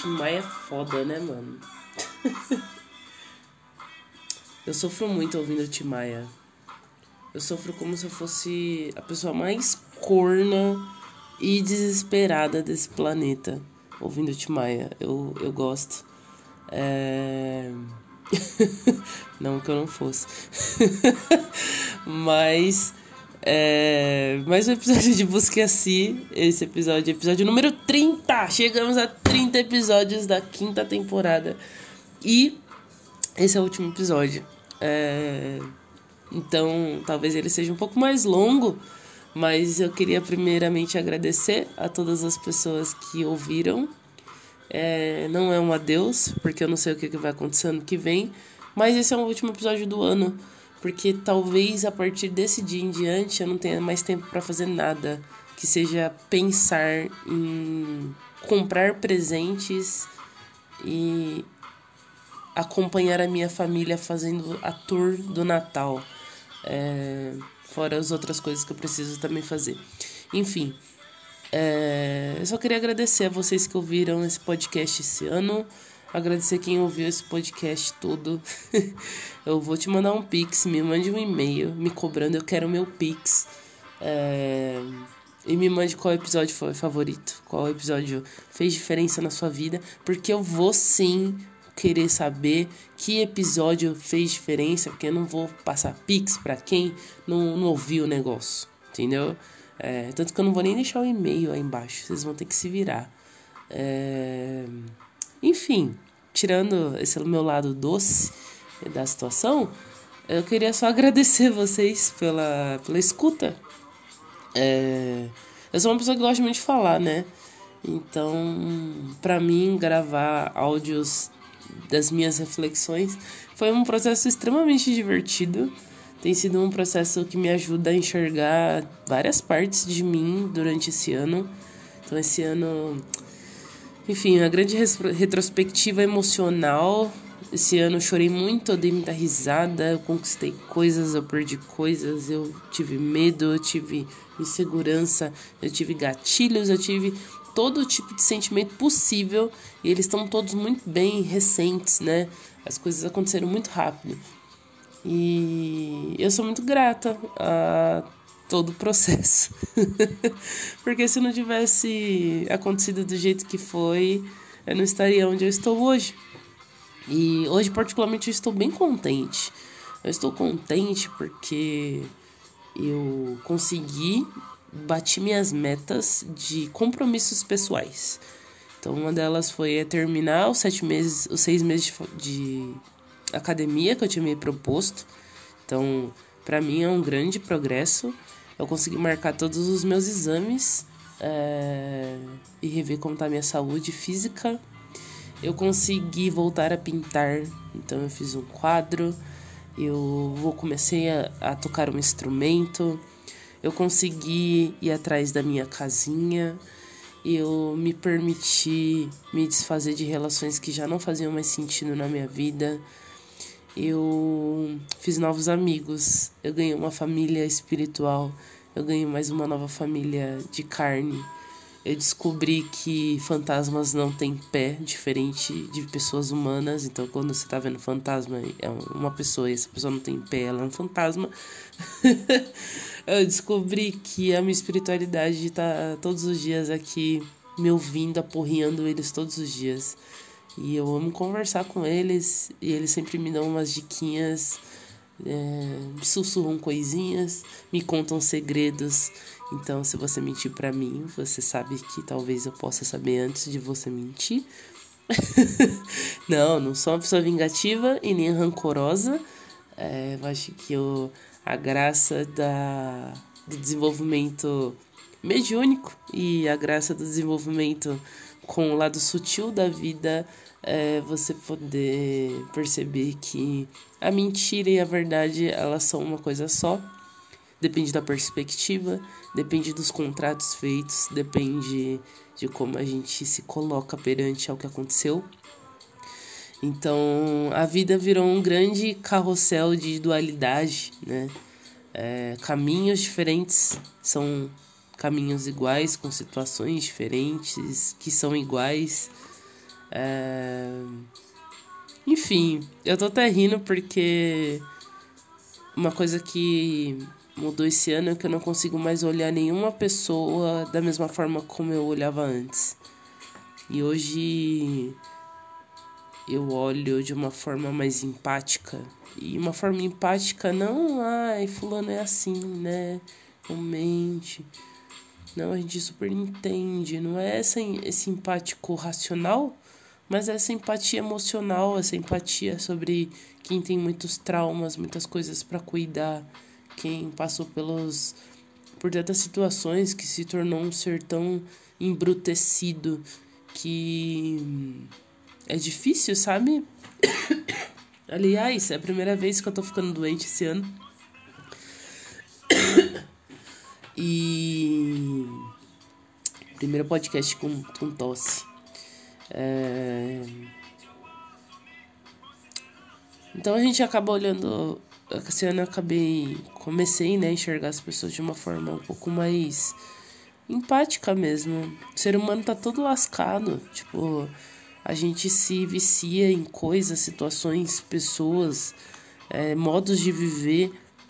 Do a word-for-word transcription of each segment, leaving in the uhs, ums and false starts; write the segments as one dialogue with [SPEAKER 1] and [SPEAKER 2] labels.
[SPEAKER 1] Tim Maia é foda, né, mano? Eu sofro muito ouvindo Tim Maia. Eu sofro como se eu fosse a pessoa mais corna e desesperada desse planeta ouvindo Tim Maia. Eu, eu gosto. É... não que eu não fosse. Mas... É... mais um episódio de Busque a Si. Esse episódio é episódio número trinta. Chegamos a trinta episódios da quinta temporada. E esse é o último episódio. É... Então, talvez ele seja um pouco mais longo, mas eu queria primeiramente agradecer a todas as pessoas que ouviram. É, não é um adeus, porque eu não sei o que vai acontecer ano que vem, mas esse é o último episódio do ano, porque talvez a partir desse dia em diante eu não tenha mais tempo para fazer nada, que seja pensar em comprar presentes e acompanhar a minha família fazendo a tour do Natal. É, fora as outras coisas que eu preciso também fazer. Enfim, é, eu só queria agradecer a vocês que ouviram esse podcast esse ano. Agradecer quem ouviu esse podcast todo. Eu vou te mandar um pix, me mande um e-mail me cobrando, eu quero o meu pix. É, e me mande qual episódio foi favorito, qual episódio fez diferença na sua vida, porque eu vou sim querer saber que episódio fez diferença, porque eu não vou passar pix pra quem não, não ouviu o negócio, entendeu? É, tanto que eu não vou nem deixar o e-mail aí embaixo, vocês vão ter que se virar. É, enfim, tirando esse meu lado doce da situação, eu queria só agradecer vocês pela, pela escuta. É, eu sou uma pessoa que gosta muito de falar, né? Então, pra mim, gravar áudios das minhas reflexões foi um processo extremamente divertido. Tem sido um processo que me ajuda a enxergar várias partes de mim durante esse ano. Então esse ano, enfim, uma grande retrospectiva emocional. Esse ano eu chorei muito, eu dei muita risada, eu conquistei coisas, eu perdi coisas, eu tive medo, eu tive insegurança, eu tive gatilhos, eu tive todo tipo de sentimento possível, e eles estão todos muito bem recentes, né? As coisas aconteceram muito rápido. E eu sou muito grata a todo o processo. Porque se não tivesse acontecido do jeito que foi, eu não estaria onde eu estou hoje. E hoje, particularmente, eu estou bem contente. Eu estou contente porque eu consegui bati minhas metas de compromissos pessoais. Então, uma delas foi terminar os sete meses, os seis meses de, de academia que eu tinha me proposto. Então, para mim é um grande progresso. Eu consegui marcar todos os meus exames é, e rever como está a minha saúde física. Eu consegui voltar a pintar, então eu fiz um quadro. Eu vou comecei a, a tocar um instrumento. Eu consegui ir atrás da minha casinha. Eu me permiti me desfazer de relações que já não faziam mais sentido na minha vida. Eu fiz novos amigos. Eu ganhei uma família espiritual. Eu ganhei mais uma nova família de carne. Eu descobri que fantasmas não têm pé, diferente de pessoas humanas. Então, quando você tá vendo fantasma, é uma pessoa e essa pessoa não tem pé, ela é um fantasma. Eu descobri que a minha espiritualidade tá todos os dias aqui me ouvindo, aporreando eles todos os dias. E eu amo conversar com eles, e eles sempre me dão umas diquinhas, é, me sussurram coisinhas, me contam segredos. Então, se você mentir pra mim, você sabe que talvez eu possa saber antes de você mentir. Não, não sou uma pessoa vingativa e nem rancorosa. É, eu acho que eu, a graça da, do desenvolvimento mediúnico e a graça do desenvolvimento com o lado sutil da vida é você poder perceber que a mentira e a verdade, elas são uma coisa só. Depende da perspectiva, depende dos contratos feitos, depende de como a gente se coloca perante ao que aconteceu. Então, a vida virou um grande carrossel de dualidade, né? É, caminhos diferentes são caminhos iguais, com situações diferentes, que são iguais. É... Enfim, eu tô até rindo porque uma coisa que mudou esse ano é que eu não consigo mais olhar nenhuma pessoa da mesma forma como eu olhava antes. E hoje eu olho de uma forma mais empática. E uma forma empática não, ai, fulano é assim, né? Realmente. Não, a gente super entende. Não é essa, esse empático racional, mas essa empatia emocional, essa empatia sobre quem tem muitos traumas, muitas coisas para cuidar, quem passou pelos por tantas situações que se tornou um ser tão embrutecido que é difícil, sabe? Aliás, é a primeira vez que eu tô ficando doente esse ano. E primeiro podcast com, com tosse. É... Então a gente acaba olhando. Esse ano eu acabei. Comecei, né, a enxergar as pessoas de uma forma um pouco mais empática mesmo. O ser humano tá todo lascado. Tipo, a gente se vicia em coisas, situações, pessoas, é, modos de viver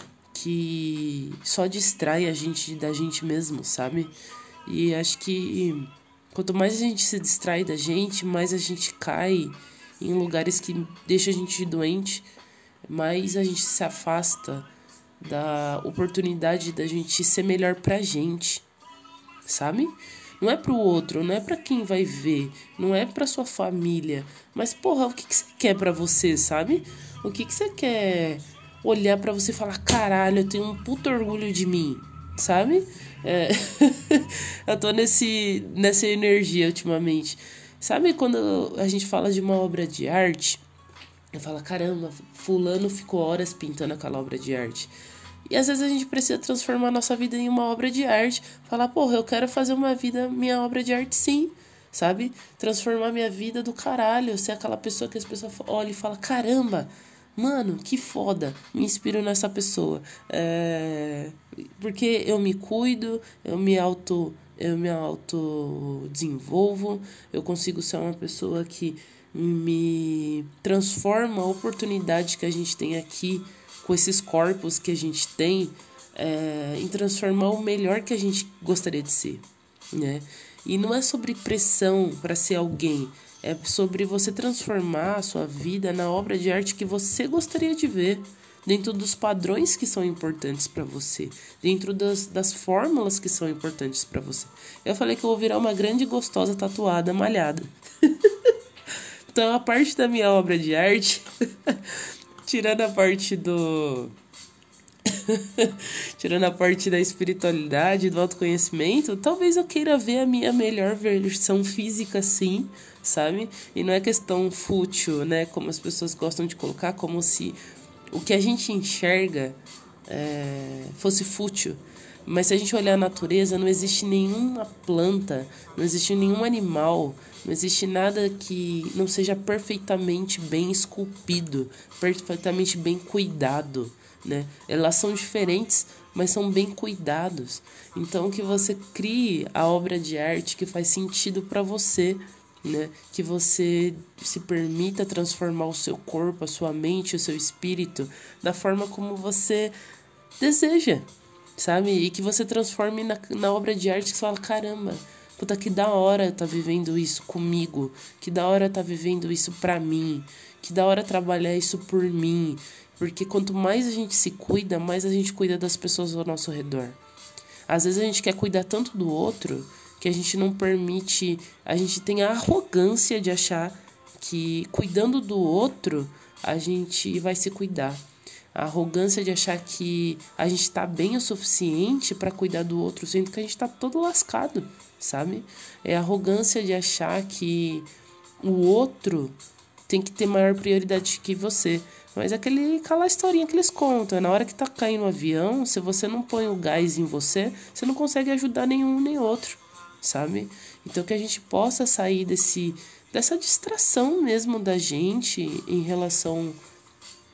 [SPEAKER 1] que só distrai a gente da gente mesmo, sabe? E acho que quanto mais a gente se distrai da gente, mais a gente cai em lugares que deixam a gente doente, mais a gente se afasta da oportunidade da gente ser melhor pra gente, sabe? Não é pro outro, não é pra quem vai ver, não é pra sua família, mas porra, o que, que você quer pra você, sabe? O que, que você quer olhar pra você e falar, caralho, eu tenho um puto orgulho de mim, sabe? É... eu tô nesse, nessa energia ultimamente. Sabe quando a gente fala de uma obra de arte, eu falo, caramba, fulano ficou horas pintando aquela obra de arte. E às vezes a gente precisa transformar a nossa vida em uma obra de arte. Falar, porra, eu quero fazer uma vida, minha obra de arte sim, sabe? Transformar minha vida do caralho. Ser aquela pessoa que as pessoas olham e falam, caramba, mano, que foda. Me inspiro nessa pessoa. É... Porque eu me cuido, eu me auto... Eu me autodesenvolvo, eu consigo ser uma pessoa que me transforma a oportunidade que a gente tem aqui, com esses corpos que a gente tem, é, em transformar o melhor que a gente gostaria de ser, né? E não é sobre pressão para ser alguém, é sobre você transformar a sua vida na obra de arte que você gostaria de ver, dentro dos padrões que são importantes para você, dentro das, das fórmulas que são importantes para você. Eu falei que eu vou virar uma grande gostosa tatuada, malhada. Então a parte da minha obra de arte, tirando a parte do... tirando a parte da espiritualidade, do autoconhecimento, talvez eu queira ver a minha melhor versão física, sim, sabe? E não é questão fútil, né? Como as pessoas gostam de colocar, como se o que a gente enxerga é, fosse fútil. Mas se a gente olhar a natureza, não existe nenhuma planta, não existe nenhum animal, não existe nada que não seja perfeitamente bem esculpido, perfeitamente bem cuidado, né? Elas são diferentes, mas são bem cuidados. Então que você crie a obra de arte que faz sentido para você, né? Que você se permita transformar o seu corpo, a sua mente, o seu espírito da forma como você deseja, sabe? E que você transforme na, na obra de arte que você fala, caramba, puta, que da hora tá vivendo isso comigo, que da hora tá vivendo isso pra mim, que da hora trabalhar isso por mim, porque quanto mais a gente se cuida, mais a gente cuida das pessoas ao nosso redor. Às vezes a gente quer cuidar tanto do outro que a gente não permite, a gente tem a arrogância de achar que cuidando do outro a gente vai se cuidar. A arrogância de achar que a gente tá bem o suficiente para cuidar do outro, sendo que a gente tá todo lascado, sabe? É a arrogância de achar que o outro tem que ter maior prioridade que você. Mas é aquele, aquela historinha que eles contam. Na hora que tá caindo o avião, se você não põe o gás em você, você não consegue ajudar nenhum nem outro, sabe? Então que a gente possa sair desse, dessa distração mesmo da gente em relação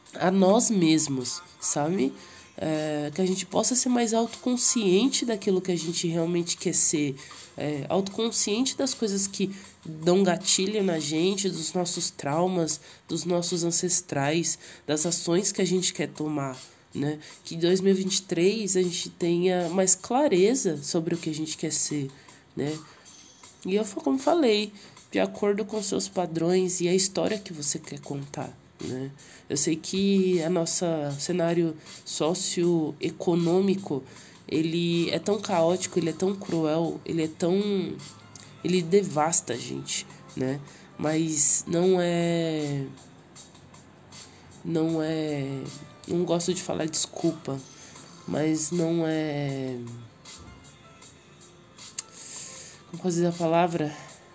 [SPEAKER 1] a nós mesmos, sabe? É, que a gente possa ser mais autoconsciente daquilo que a gente realmente quer ser, é, autoconsciente das coisas que dão gatilho na gente, dos nossos traumas, dos nossos ancestrais, das ações que a gente quer tomar, né? Que em dois mil e vinte e três a gente tenha mais clareza sobre o que a gente quer ser, né? E eu, como falei, de acordo com seus padrões e a história que você quer contar, né? Eu sei que a nossa cenário socioeconômico, ele é tão caótico, ele é tão cruel, ele é tão... ele devasta a gente, né? Mas não é... não é... não gosto de falar desculpa, mas não é... como posso dizer a palavra?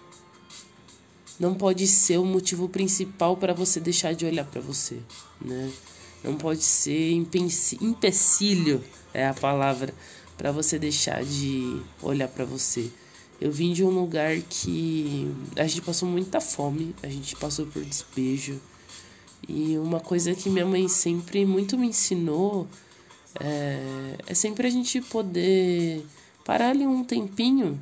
[SPEAKER 1] Não pode ser o motivo principal para você deixar de olhar para você, né? Não pode ser empecilho, é a palavra, para você deixar de olhar para você. Eu vim de um lugar que a gente passou muita fome, a gente passou por despejo. E uma coisa que minha mãe sempre muito me ensinou é, é sempre a gente poder parar ali um tempinho.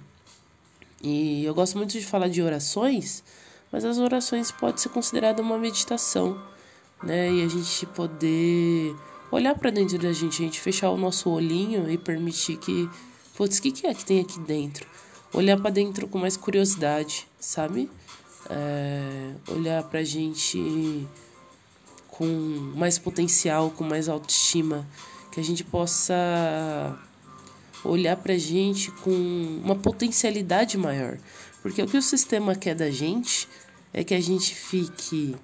[SPEAKER 1] E eu gosto muito de falar de orações, mas as orações podem ser consideradas uma meditação, né? E a gente poder olhar para dentro da gente, a gente fechar o nosso olhinho e permitir que, putz, o que, que é que tem aqui dentro? Olhar para dentro com mais curiosidade, sabe? É, olhar pra gente com mais potencial, com mais autoestima, que a gente possa olhar pra gente com uma potencialidade maior. Porque o que o sistema quer da gente é que a gente fique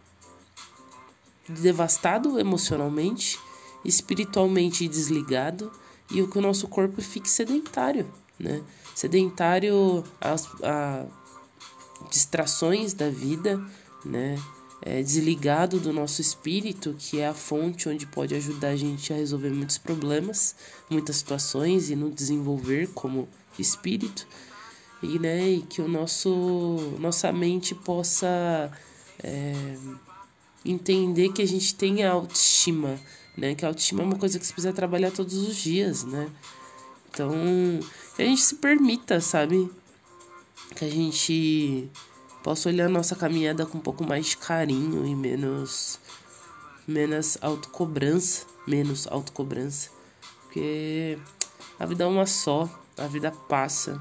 [SPEAKER 1] devastado emocionalmente, espiritualmente desligado, e o que o nosso corpo fique sedentário, né? Sedentário às, a distrações da vida, né? É, desligado do nosso espírito, que é a fonte onde pode ajudar a gente a resolver muitos problemas, muitas situações e nos desenvolver como espírito, e, né, e que o nosso, nossa mente possa é, entender que a gente tem autoestima, né, que a autoestima é uma coisa que você precisa trabalhar todos os dias, né? Então, que a gente se permita, sabe? Que a gente possa olhar a nossa caminhada com um pouco mais de carinho e menos, menos autocobrança, menos autocobrança. Porque a vida é uma só, a vida passa.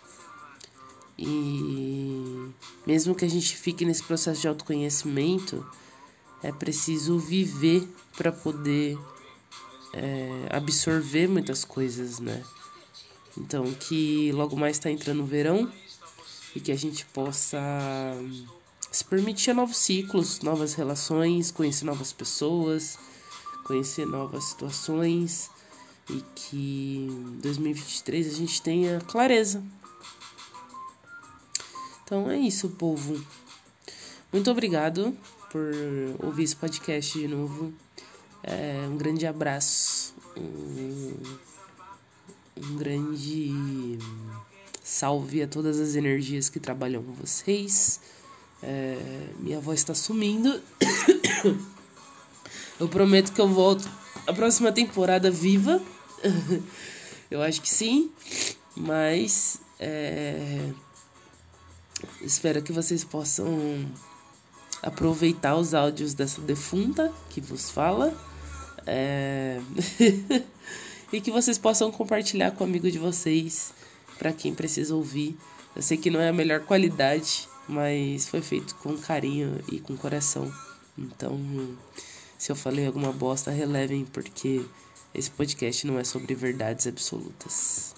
[SPEAKER 1] E mesmo que a gente fique nesse processo de autoconhecimento, é preciso viver para poder é, absorver muitas coisas, né? Então, que logo mais está entrando o verão e que a gente possa se permitir a novos ciclos, novas relações, conhecer novas pessoas, conhecer novas situações, e que em dois mil e vinte e três a gente tenha clareza. Então é isso, povo. Muito obrigado por ouvir esse podcast de novo. É, um grande abraço. Um, um grande salve a todas as energias que trabalham com vocês. É, minha voz está sumindo. Eu prometo que eu volto a próxima temporada viva. Eu acho que sim. Mas é, espero que vocês possam aproveitar os áudios dessa defunta que vos fala. É... e que vocês possam compartilhar com o amigo de vocês, para quem precisa ouvir. Eu sei que não é a melhor qualidade, mas foi feito com carinho e com coração. Então, se eu falei alguma bosta, relevem, porque esse podcast não é sobre verdades absolutas.